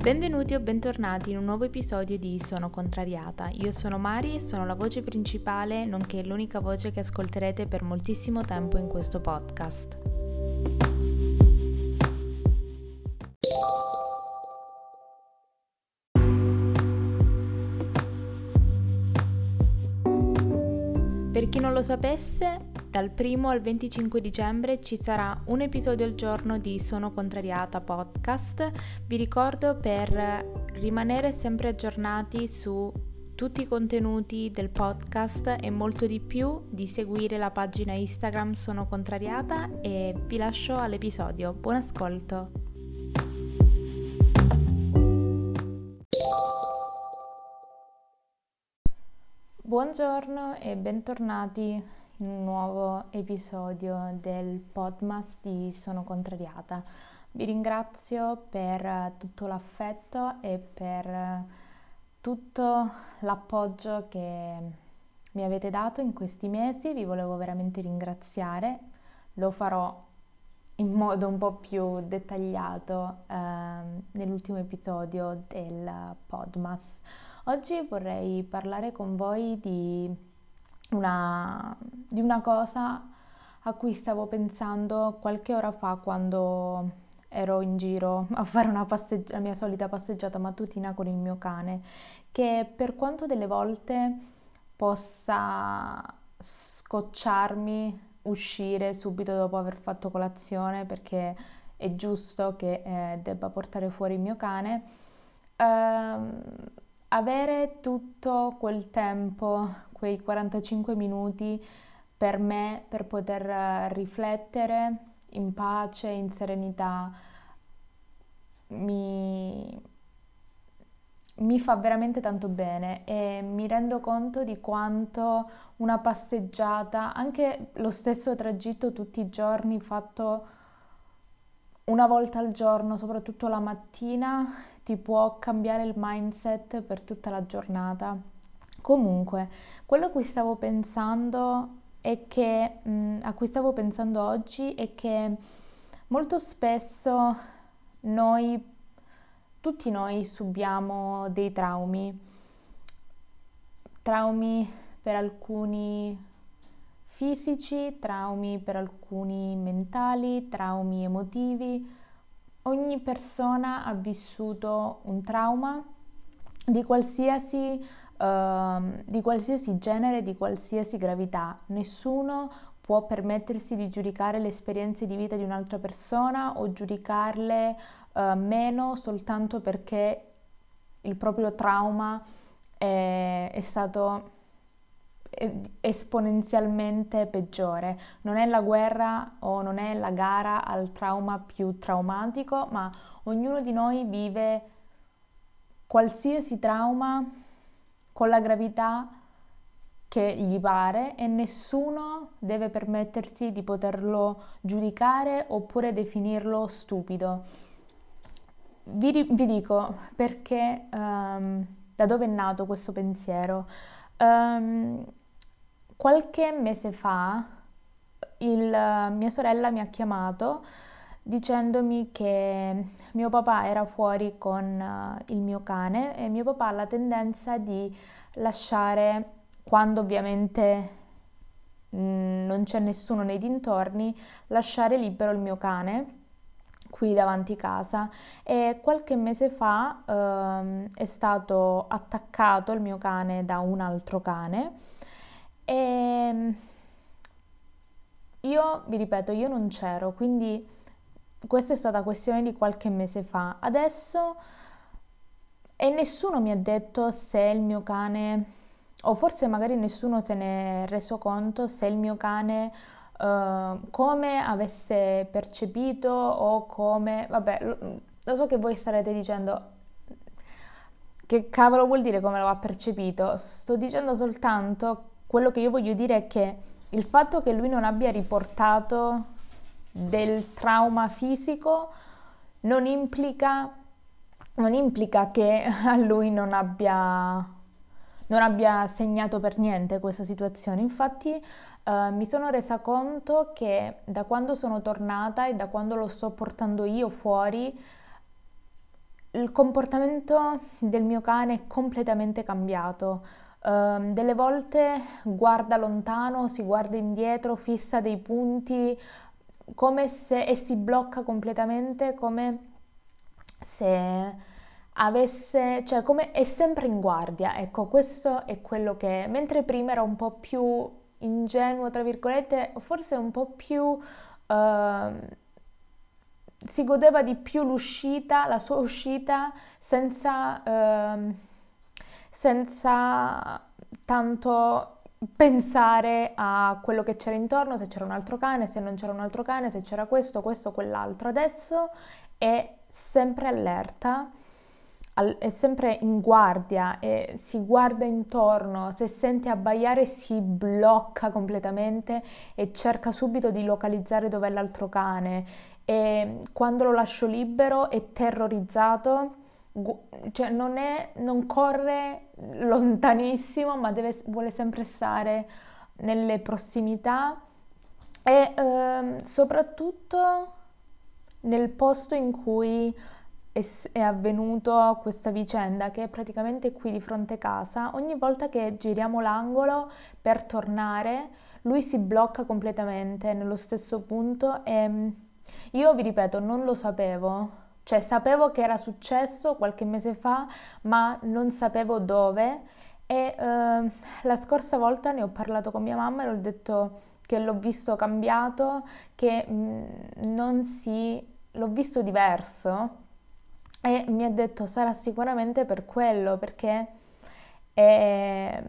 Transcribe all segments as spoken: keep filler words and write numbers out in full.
Benvenuti o bentornati in un nuovo episodio di Sono Contrariata. Io sono Mari e sono la voce principale, nonché l'unica voce che ascolterete per moltissimo tempo in questo podcast. Per chi non lo sapesse, dal primo al venticinque dicembre ci sarà un episodio al giorno di Sono Contrariata podcast. Vi ricordo, per rimanere sempre aggiornati su tutti i contenuti del podcast e molto di più, di seguire la pagina Instagram Sono Contrariata, e vi lascio all'episodio. Buon ascolto! Buongiorno e bentornati in un nuovo episodio del podcast di Sono Contrariata. Vi ringrazio per tutto l'affetto e per tutto l'appoggio che mi avete dato in questi mesi. Vi volevo veramente ringraziare. Lo farò in modo un po' più dettagliato eh, nell'ultimo episodio del podcast. Oggi vorrei parlare con voi di una, di una cosa a cui stavo pensando qualche ora fa quando ero in giro a fare una passeggi- la mia solita passeggiata mattutina con il mio cane, che per quanto delle volte possa scocciarmi uscire subito dopo aver fatto colazione, perché è giusto che eh, debba portare fuori il mio cane, ehm, avere tutto quel tempo, quei quarantacinque minuti per me, per poter riflettere in pace, in serenità, mi, mi fa veramente tanto bene, e mi rendo conto di quanto una passeggiata, anche lo stesso tragitto tutti i giorni fatto una volta al giorno, soprattutto la mattina, ti può cambiare il mindset per tutta la giornata. Comunque, quello a cui stavo pensando è che, mh, a cui stavo pensando oggi è che molto spesso noi, tutti noi subiamo dei traumi, traumi per alcuni fisici, traumi per alcuni mentali, traumi emotivi. Ogni persona ha vissuto un trauma di qualsiasi, uh, di qualsiasi genere, di qualsiasi gravità. Nessuno può permettersi di giudicare le esperienze di vita di un'altra persona o giudicarle uh, meno soltanto perché il proprio trauma è, è stato esponenzialmente peggiore. Non è la guerra o non è la gara al trauma più traumatico, ma ognuno di noi vive qualsiasi trauma con la gravità che gli pare, e nessuno deve permettersi di poterlo giudicare oppure definirlo stupido. Vi, vi dico perché, um, da dove è nato questo pensiero. Um, qualche mese fa il, mia sorella mi ha chiamato dicendomi che mio papà era fuori con uh, il mio cane, e mio papà ha la tendenza di lasciare, quando ovviamente mh, non c'è nessuno nei dintorni, lasciare libero il mio cane qui davanti casa. E qualche mese fa um, è stato attaccato il mio cane da un altro cane, e io vi ripeto, io non c'ero, quindi questa è stata questione di qualche mese fa. Adesso, e nessuno mi ha detto se il mio cane, o forse magari nessuno se ne è reso conto, se il mio cane uh, come avesse percepito, o come, vabbè, lo, lo so che voi starete dicendo che cavolo vuol dire come lo ha percepito. Sto dicendo soltanto, quello che io voglio dire è che il fatto che lui non abbia riportato del trauma fisico non implica, non implica che a lui non abbia, non abbia segnato per niente questa situazione. Infatti eh, mi sono resa conto che da quando sono tornata e da quando lo sto portando io fuori, il comportamento del mio cane è completamente cambiato. Uh, delle volte guarda lontano, si guarda indietro, fissa dei punti come se e si blocca completamente, come se avesse, cioè come è sempre in guardia. Ecco, questo è quello che è. Mentre prima era un po' più ingenuo, tra virgolette, forse un po' più uh, si godeva di più l'uscita, la sua uscita, senza, uh, senza tanto pensare a quello che c'era intorno, se c'era un altro cane, se non c'era un altro cane, se c'era questo, questo, quell'altro. Adesso è sempre allerta, è sempre in guardia e si guarda intorno, se sente abbaiare si blocca completamente e cerca subito di localizzare dov'è l'altro cane, e quando lo lascio libero è terrorizzato, cioè non, è, non corre lontanissimo, ma deve, vuole sempre stare nelle prossimità e ehm, soprattutto nel posto in cui è, è avvenuto questa vicenda, che è praticamente qui di fronte casa. Ogni volta che giriamo l'angolo per tornare, lui si blocca completamente nello stesso punto e io vi ripeto, non lo sapevo, cioè sapevo che era successo qualche mese fa, ma non sapevo dove e eh, la scorsa volta ne ho parlato con mia mamma e le ho detto che l'ho visto cambiato, che mh, non si... l'ho visto diverso e mi ha detto sarà sicuramente per quello, perché è,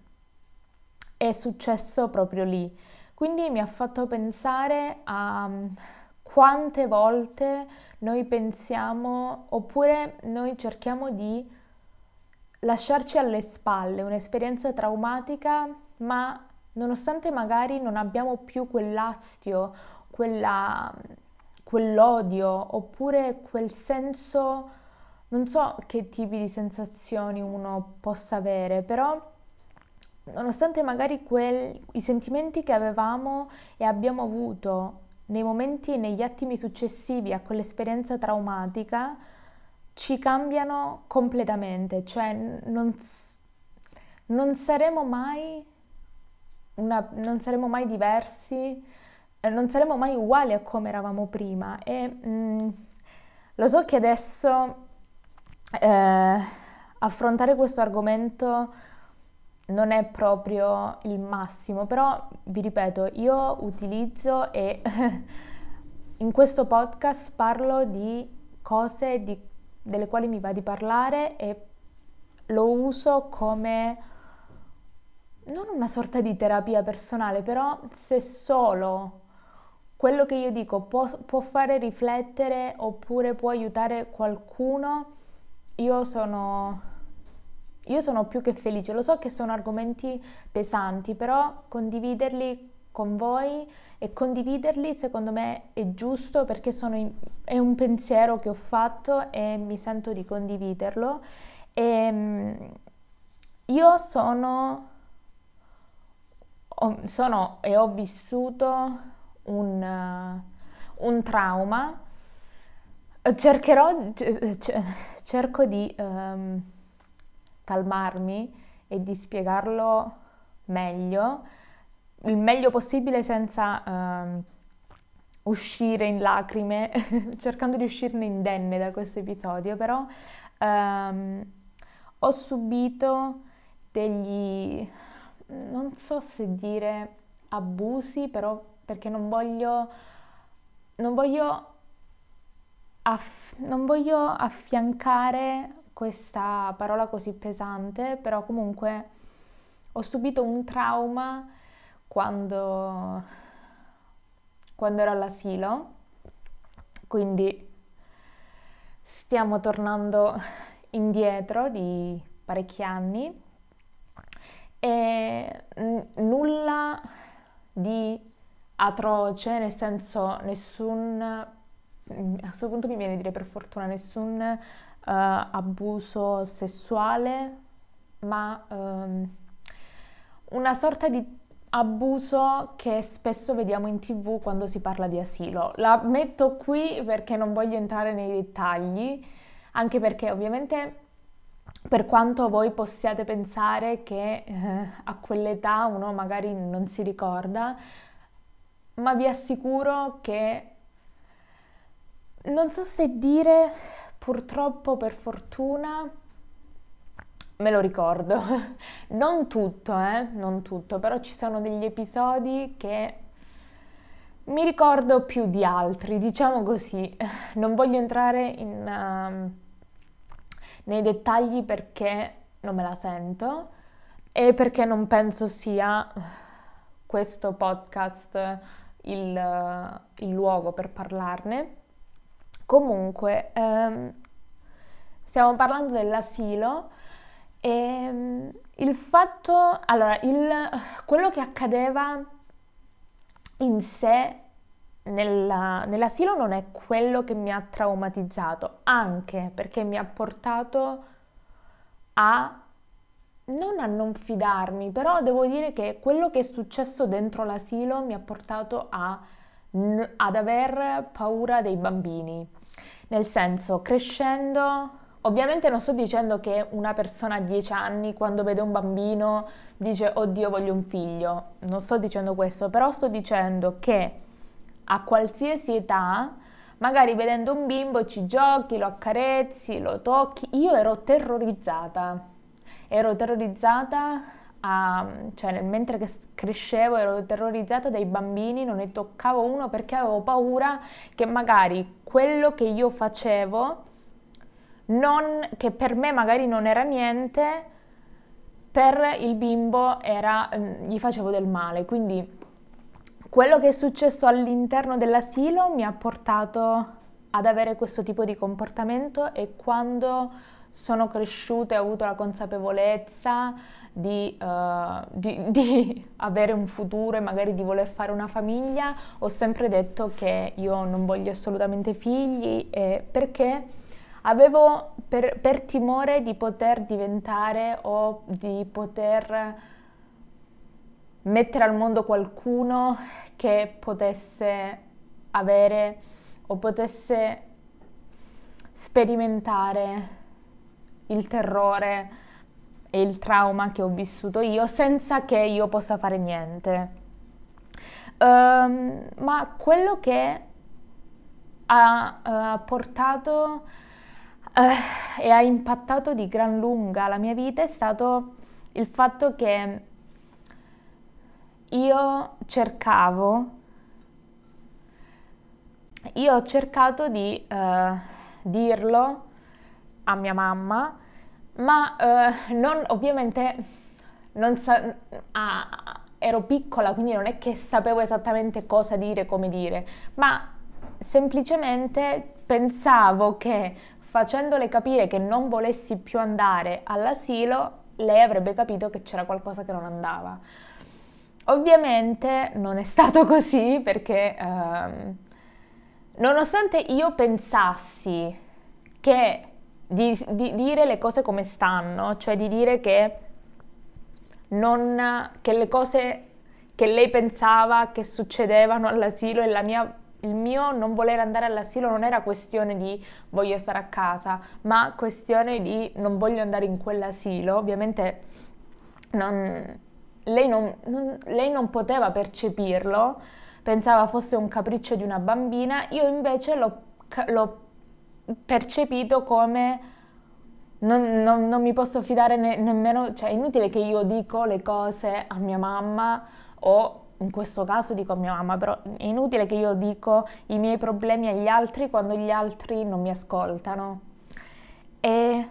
è successo proprio lì. Quindi mi ha fatto pensare a quante volte noi pensiamo, oppure noi cerchiamo di lasciarci alle spalle un'esperienza traumatica, ma nonostante magari non abbiamo più quell'astio, quella, quell'odio, oppure quel senso, non so che tipi di sensazioni uno possa avere, però nonostante magari quel, i sentimenti che avevamo e abbiamo avuto nei momenti e negli attimi successivi a quell'esperienza traumatica, ci cambiano completamente, cioè non, non saremo mai una, non saremo mai diversi, eh, non saremo mai uguali a come eravamo prima e mh, lo so che adesso eh, affrontare questo argomento non è proprio il massimo, però vi ripeto, io utilizzo e in questo podcast parlo di cose di, delle quali mi va di parlare e lo uso come non una sorta di terapia personale, però se solo quello che io dico può, può fare riflettere oppure può aiutare qualcuno, io sono... Io sono più che felice, lo so che sono argomenti pesanti, però condividerli con voi e condividerli secondo me è giusto perché sono in, è un pensiero che ho fatto e mi sento di condividerlo. E, io sono, ho, sono e ho vissuto un, un trauma, cercherò, cerco di... Um, calmarmi e di spiegarlo meglio, il meglio possibile senza uh, uscire in lacrime, cercando di uscirne indenne da questo episodio, però um, ho subito degli, non so se dire abusi, però perché non voglio, non voglio, aff- non voglio affiancare questa parola così pesante, però comunque ho subito un trauma quando, quando ero all'asilo, quindi stiamo tornando indietro di parecchi anni e n- nulla di atroce, nel senso nessun, a questo punto mi viene a dire per fortuna, nessun Uh, abuso sessuale, ma um, una sorta di abuso che spesso vediamo in tivù quando si parla di asilo. La metto qui perché non voglio entrare nei dettagli, anche perché ovviamente per quanto voi possiate pensare che eh, a quell'età uno magari non si ricorda, ma vi assicuro che non so se dire purtroppo, per fortuna, me lo ricordo. Non tutto, eh, non tutto, però ci sono degli episodi che mi ricordo più di altri, diciamo così. Non voglio entrare in, um, nei dettagli perché non me la sento e perché non penso sia questo podcast il, il luogo per parlarne. Comunque, ehm, stiamo parlando dell'asilo e mm, il fatto, allora, il, quello che accadeva in sé nella- nell'asilo non è quello che mi ha traumatizzato, anche perché mi ha portato a non a non fidarmi, però devo dire che quello che è successo dentro l'asilo mi ha portato a, n- ad aver paura dei bambini. Nel senso, crescendo, ovviamente non sto dicendo che una persona a dieci anni quando vede un bambino dice oddio voglio un figlio, non sto dicendo questo, però sto dicendo che a qualsiasi età, magari vedendo un bimbo ci giochi, lo accarezzi, lo tocchi, io ero terrorizzata. Ero terrorizzata, a, cioè nel, mentre che crescevo ero terrorizzata dai bambini, non ne toccavo uno perché avevo paura che magari quello che io facevo, non, che per me magari non era niente, per il bimbo era, gli facevo del male. Quindi quello che è successo all'interno dell'asilo mi ha portato ad avere questo tipo di comportamento e quando sono cresciuta e ho avuto la consapevolezza di, uh, di, di avere un futuro e magari di voler fare una famiglia, ho sempre detto che io non voglio assolutamente figli eh, perché avevo per, per timore di poter diventare o di poter mettere al mondo qualcuno che potesse avere o potesse sperimentare il terrore e il trauma che ho vissuto io senza che io possa fare niente. Um, ma quello che ha uh, portato uh, e ha impattato di gran lunga la mia vita è stato il fatto che io cercavo, io ho cercato di uh, dirlo a mia mamma, ma uh, non, ovviamente non sa- ah, ero piccola, quindi non è che sapevo esattamente cosa dire, come dire, ma semplicemente pensavo che facendole capire che non volessi più andare all'asilo, lei avrebbe capito che c'era qualcosa che non andava. Ovviamente non è stato così perché ehm, nonostante io pensassi che di, di dire le cose come stanno, cioè di dire che, non, che le cose che lei pensava che succedevano all'asilo e la mia, il mio non voler andare all'asilo non era questione di voglio stare a casa, ma questione di non voglio andare in quell'asilo, ovviamente non, lei, non, non, lei non poteva percepirlo, pensava fosse un capriccio di una bambina, io invece l'ho, l'ho percepito come non, non, non mi posso fidare ne, nemmeno, cioè è inutile che io dico le cose a mia mamma o in questo caso dico a mia mamma, però è inutile che io dico i miei problemi agli altri quando gli altri non mi ascoltano. E,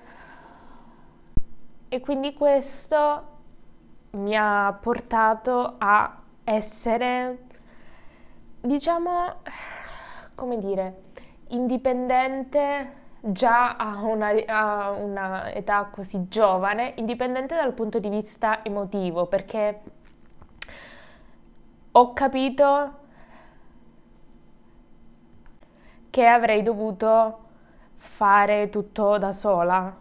e quindi questo mi ha portato a essere, diciamo, come dire, indipendente già a una, a una età così giovane, indipendente dal punto di vista emotivo, perché ho capito che avrei dovuto fare tutto da sola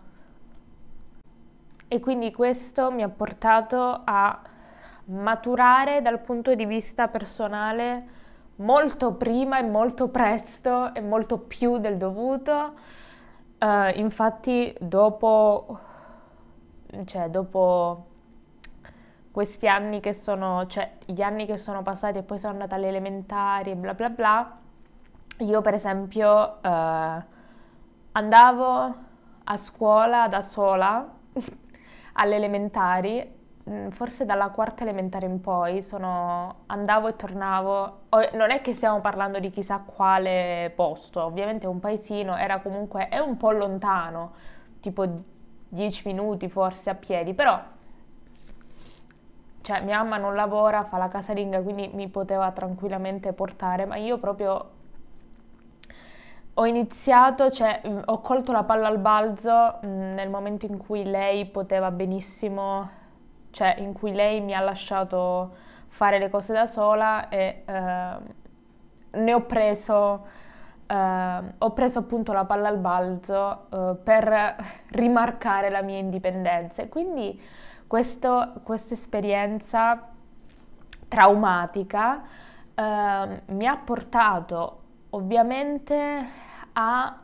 e quindi questo mi ha portato a maturare dal punto di vista personale molto prima e molto presto e molto più del dovuto, Eh, infatti dopo, cioè dopo questi anni che sono, cioè gli anni che sono passati e poi sono andata alle elementari e bla bla bla, io per esempio eh, andavo a scuola da sola alle elementari, mm, forse dalla quarta elementare in poi sono, andavo e tornavo. O- non è che stiamo parlando di chissà quale posto, ovviamente è un paesino, era comunque, è un po' lontano, tipo dieci minuti forse a piedi, però cioè mia mamma non lavora, fa la casalinga, quindi mi poteva tranquillamente portare, ma io proprio ho iniziato, cioè mh, ho colto la palla al balzo mh, nel momento in cui lei poteva benissimo, cioè in cui lei mi ha lasciato fare le cose da sola e eh, ne ho preso, eh, ho preso appunto la palla al balzo eh, per rimarcare la mia indipendenza. E quindi questo, questa esperienza traumatica eh, mi ha portato ovviamente a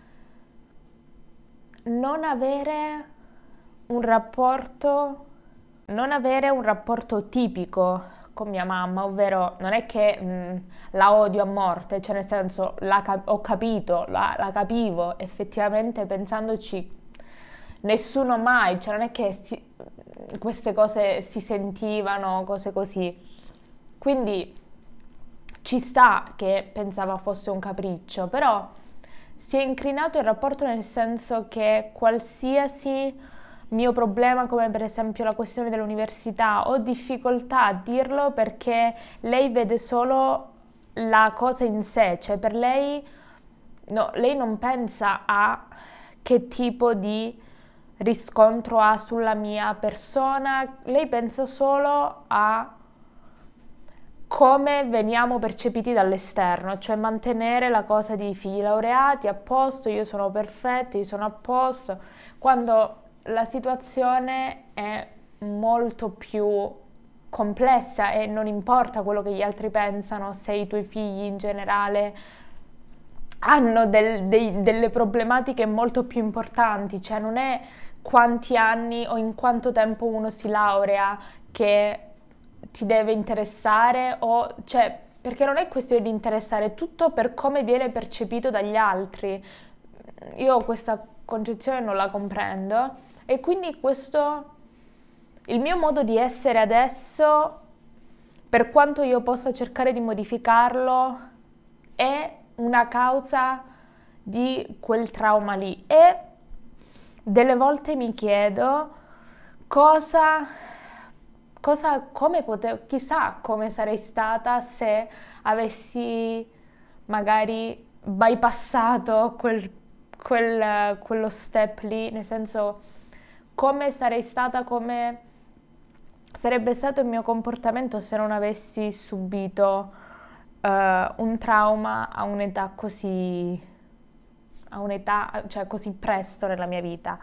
non avere un rapporto, non avere un rapporto tipico con mia mamma, ovvero non è che mh, la odio a morte, cioè nel senso la cap- ho capito, la, la capivo, effettivamente pensandoci nessuno mai, cioè non è che si- queste cose si sentivano, cose così. Quindi ci sta che pensava fosse un capriccio, però si è incrinato il rapporto nel senso che qualsiasi mio problema, come per esempio la questione dell'università, ho difficoltà a dirlo perché lei vede solo la cosa in sé, cioè per lei, no, lei non pensa a che tipo di riscontro ha sulla mia persona, lei pensa solo a come veniamo percepiti dall'esterno, cioè mantenere la cosa di figli laureati a posto, io sono perfetto, io sono a posto, quando la situazione è molto più complessa e non importa quello che gli altri pensano, se i tuoi figli in generale hanno del- dei- delle problematiche molto più importanti, cioè non è quanti anni o in quanto tempo uno si laurea che ti deve interessare o cioè perché non è questione di interessare, è tutto per come viene percepito dagli altri. Io questa concezione non la comprendo e quindi questo il mio modo di essere adesso, per quanto io possa cercare di modificarlo, è una causa di quel trauma lì e delle volte mi chiedo cosa, cosa come potevo, chissà come sarei stata se avessi magari bypassato quel, quel, quello step lì, nel senso come sarei stata, come sarebbe stato il mio comportamento se non avessi subito eh, un trauma a un'età così, a un'età, cioè così presto nella mia vita.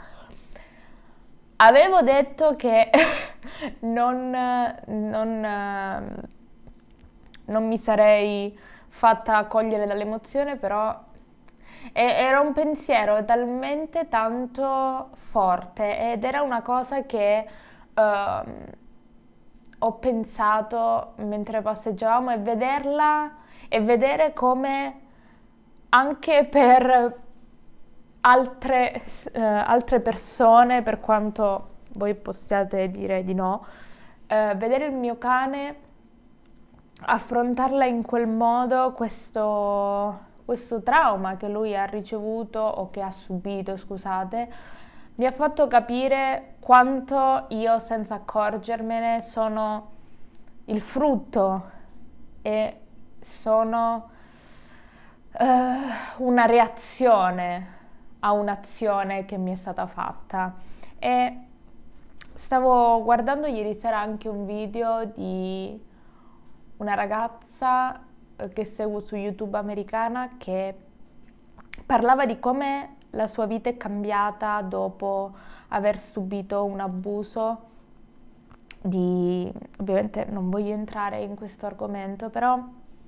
Avevo detto che non, non, non mi sarei fatta cogliere dall'emozione, però era un pensiero talmente tanto forte ed era una cosa che ehm, ho pensato mentre passeggiavamo e vederla e vedere come anche per altre, eh, altre persone, per quanto voi possiate dire di no, eh, vedere il mio cane affrontarla in quel modo, questo, questo trauma che lui ha ricevuto o che ha subito, scusate, mi ha fatto capire quanto io senza accorgermene sono il frutto e sono eh, una reazione a un'azione che mi è stata fatta. E stavo guardando ieri sera anche un video di una ragazza eh, che seguo su YouTube americana che parlava di come la sua vita è cambiata dopo aver subito un abuso di... Ovviamente non voglio entrare in questo argomento, però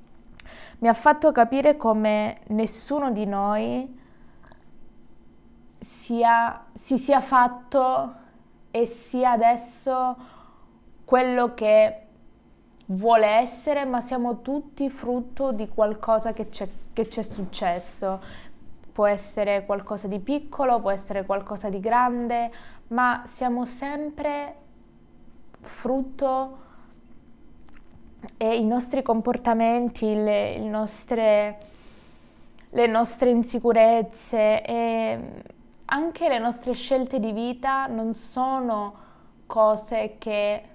mi ha fatto capire come nessuno di noi sia, si sia fatto e sia adesso quello che vuole essere, ma siamo tutti frutto di qualcosa che c'è, che c'è successo. Può essere qualcosa di piccolo, può essere qualcosa di grande, ma siamo sempre frutto, e i nostri comportamenti, le, le nostre, le nostre insicurezze e anche le nostre scelte di vita non sono cose che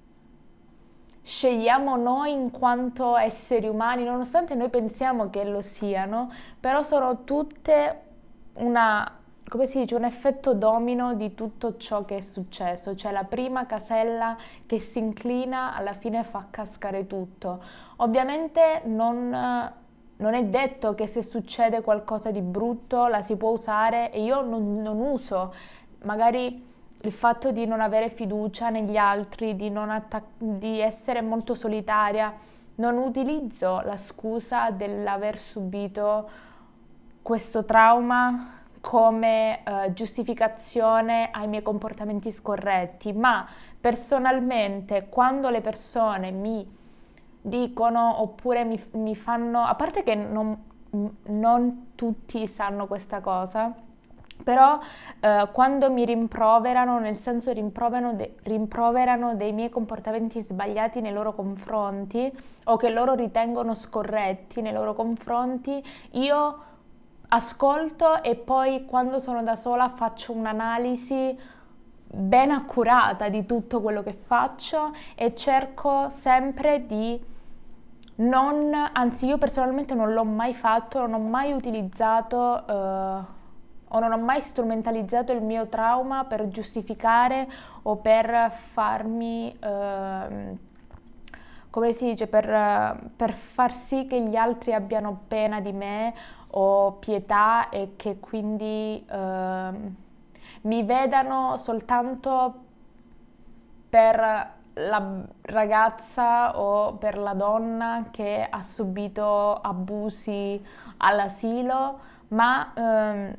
scegliamo noi in quanto esseri umani, nonostante noi pensiamo che lo siano, però sono tutte una, come si dice, un effetto domino di tutto ciò che è successo, cioè la prima casella che si inclina alla fine fa cascare tutto. Ovviamente non, non è detto che se succede qualcosa di brutto la si può usare, e io non, non uso magari il fatto di non avere fiducia negli altri, di, non attac- di essere molto solitaria. Non utilizzo la scusa dell'aver subito questo trauma come eh, giustificazione ai miei comportamenti scorretti, ma personalmente quando le persone mi dicono oppure mi, mi fanno, a parte che non, non tutti sanno questa cosa, però eh, quando mi rimproverano, nel senso rimproverano, de- rimproverano dei miei comportamenti sbagliati nei loro confronti o che loro ritengono scorretti nei loro confronti, io ascolto e poi quando sono da sola faccio un'analisi ben accurata di tutto quello che faccio e cerco sempre di non, anzi io personalmente non l'ho mai fatto, non ho mai utilizzato eh, o non ho mai strumentalizzato il mio trauma per giustificare o per farmi, eh, come si dice, per, per far sì che gli altri abbiano pena di me o pietà e che quindi eh, mi vedano soltanto per la ragazza o per la donna che ha subito abusi all'asilo, ma ehm,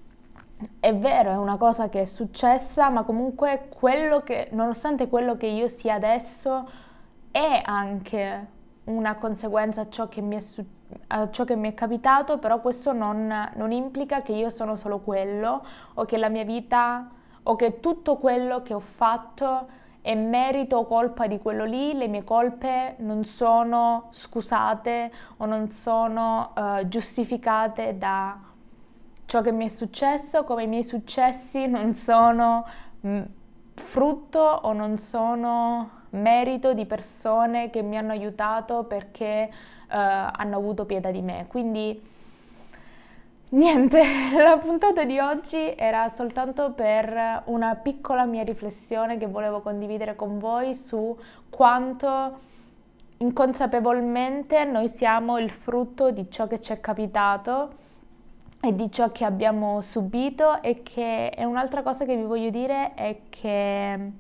è vero, è una cosa che è successa, ma comunque quello che, nonostante quello che io sia adesso, è anche una conseguenza a ciò che mi è, su- a ciò che mi è capitato, però questo non, non implica che io sono solo quello, o che la mia vita, o che tutto quello che ho fatto è merito o colpa di quello lì, le mie colpe non sono scusate o non sono eh, giustificate da ciò che mi è successo, come i miei successi non sono mh, frutto o non sono merito di persone che mi hanno aiutato perché eh, hanno avuto pietà di me. Quindi niente, la puntata di oggi era soltanto per una piccola mia riflessione che volevo condividere con voi su quanto inconsapevolmente noi siamo il frutto di ciò che ci è capitato e di ciò che abbiamo subito, e che è un'altra cosa che vi voglio dire è che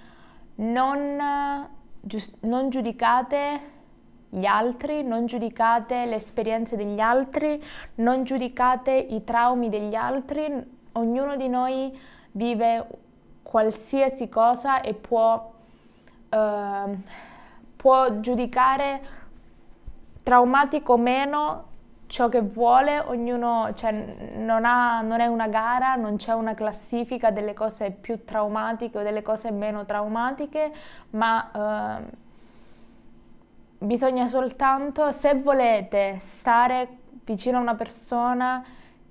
non, giust- non giudicate gli altri, non giudicate le esperienze degli altri, non giudicate i traumi degli altri. Ognuno di noi vive qualsiasi cosa e può, eh, può giudicare traumatico o meno ciò che vuole. Ognuno, cioè, non ha, non è una gara, non c'è una classifica delle cose più traumatiche o delle cose meno traumatiche, ma eh, bisogna soltanto, se volete stare vicino a una persona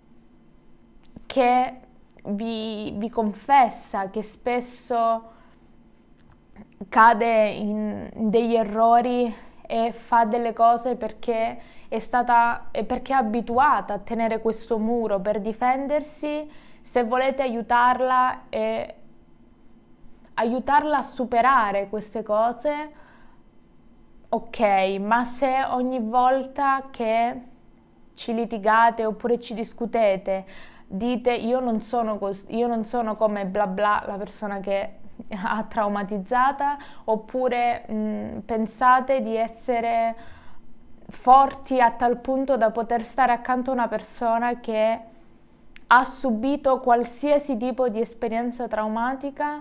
che vi, vi confessa che spesso cade in degli errori e fa delle cose perché è stata e perché è abituata a tenere questo muro per difendersi, se volete aiutarla e aiutarla a superare queste cose, ok, ma se ogni volta che ci litigate oppure ci discutete dite io non sono cos- io non sono come bla bla, la persona che ha traumatizzata, oppure mh, pensate di essere forti a tal punto da poter stare accanto a una persona che ha subito qualsiasi tipo di esperienza traumatica,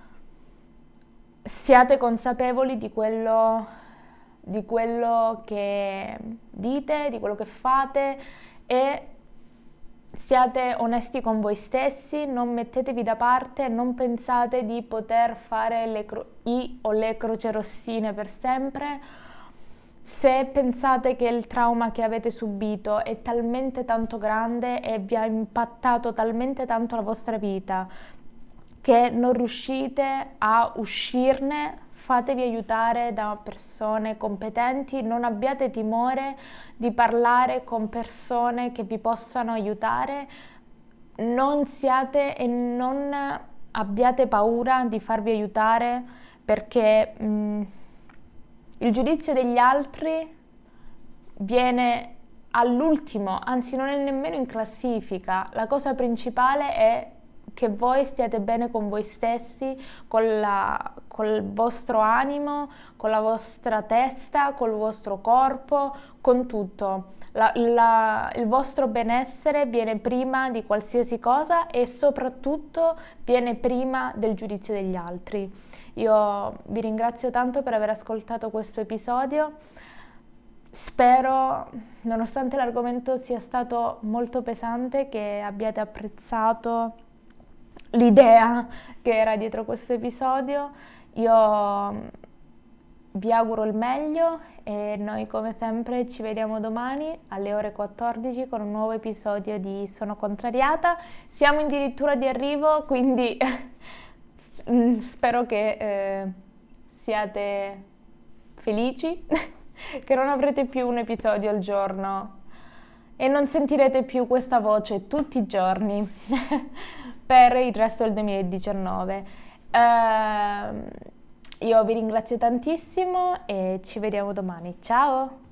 siate consapevoli di quello, di quello che dite, di quello che fate e siate onesti con voi stessi, non mettetevi da parte, non pensate di poter fare le cro- i o le croce rossine per sempre. Se pensate che il trauma che avete subito è talmente tanto grande e vi ha impattato talmente tanto la vostra vita che non riuscite a uscirne, fatevi aiutare da persone competenti, non abbiate timore di parlare con persone che vi possano aiutare, non siate e non abbiate paura di farvi aiutare perché mh, il giudizio degli altri viene all'ultimo, anzi non è nemmeno in classifica. La cosa principale è che voi stiate bene con voi stessi, con la, col vostro animo, con la vostra testa, col vostro corpo, con tutto. La, la, il vostro benessere viene prima di qualsiasi cosa e soprattutto viene prima del giudizio degli altri. Io vi ringrazio tanto per aver ascoltato questo episodio. Spero, nonostante l'argomento sia stato molto pesante, che abbiate apprezzato l'idea che era dietro questo episodio. Io vi auguro il meglio e noi come sempre ci vediamo domani alle ore quattordici con un nuovo episodio di Sono Contrariata. Siamo addirittura di arrivo, quindi spero che eh, siate felici, che non avrete più un episodio al giorno e non sentirete più questa voce tutti i giorni per il resto del duemiladiciannove. Uh, io vi ringrazio tantissimo e ci vediamo domani. Ciao!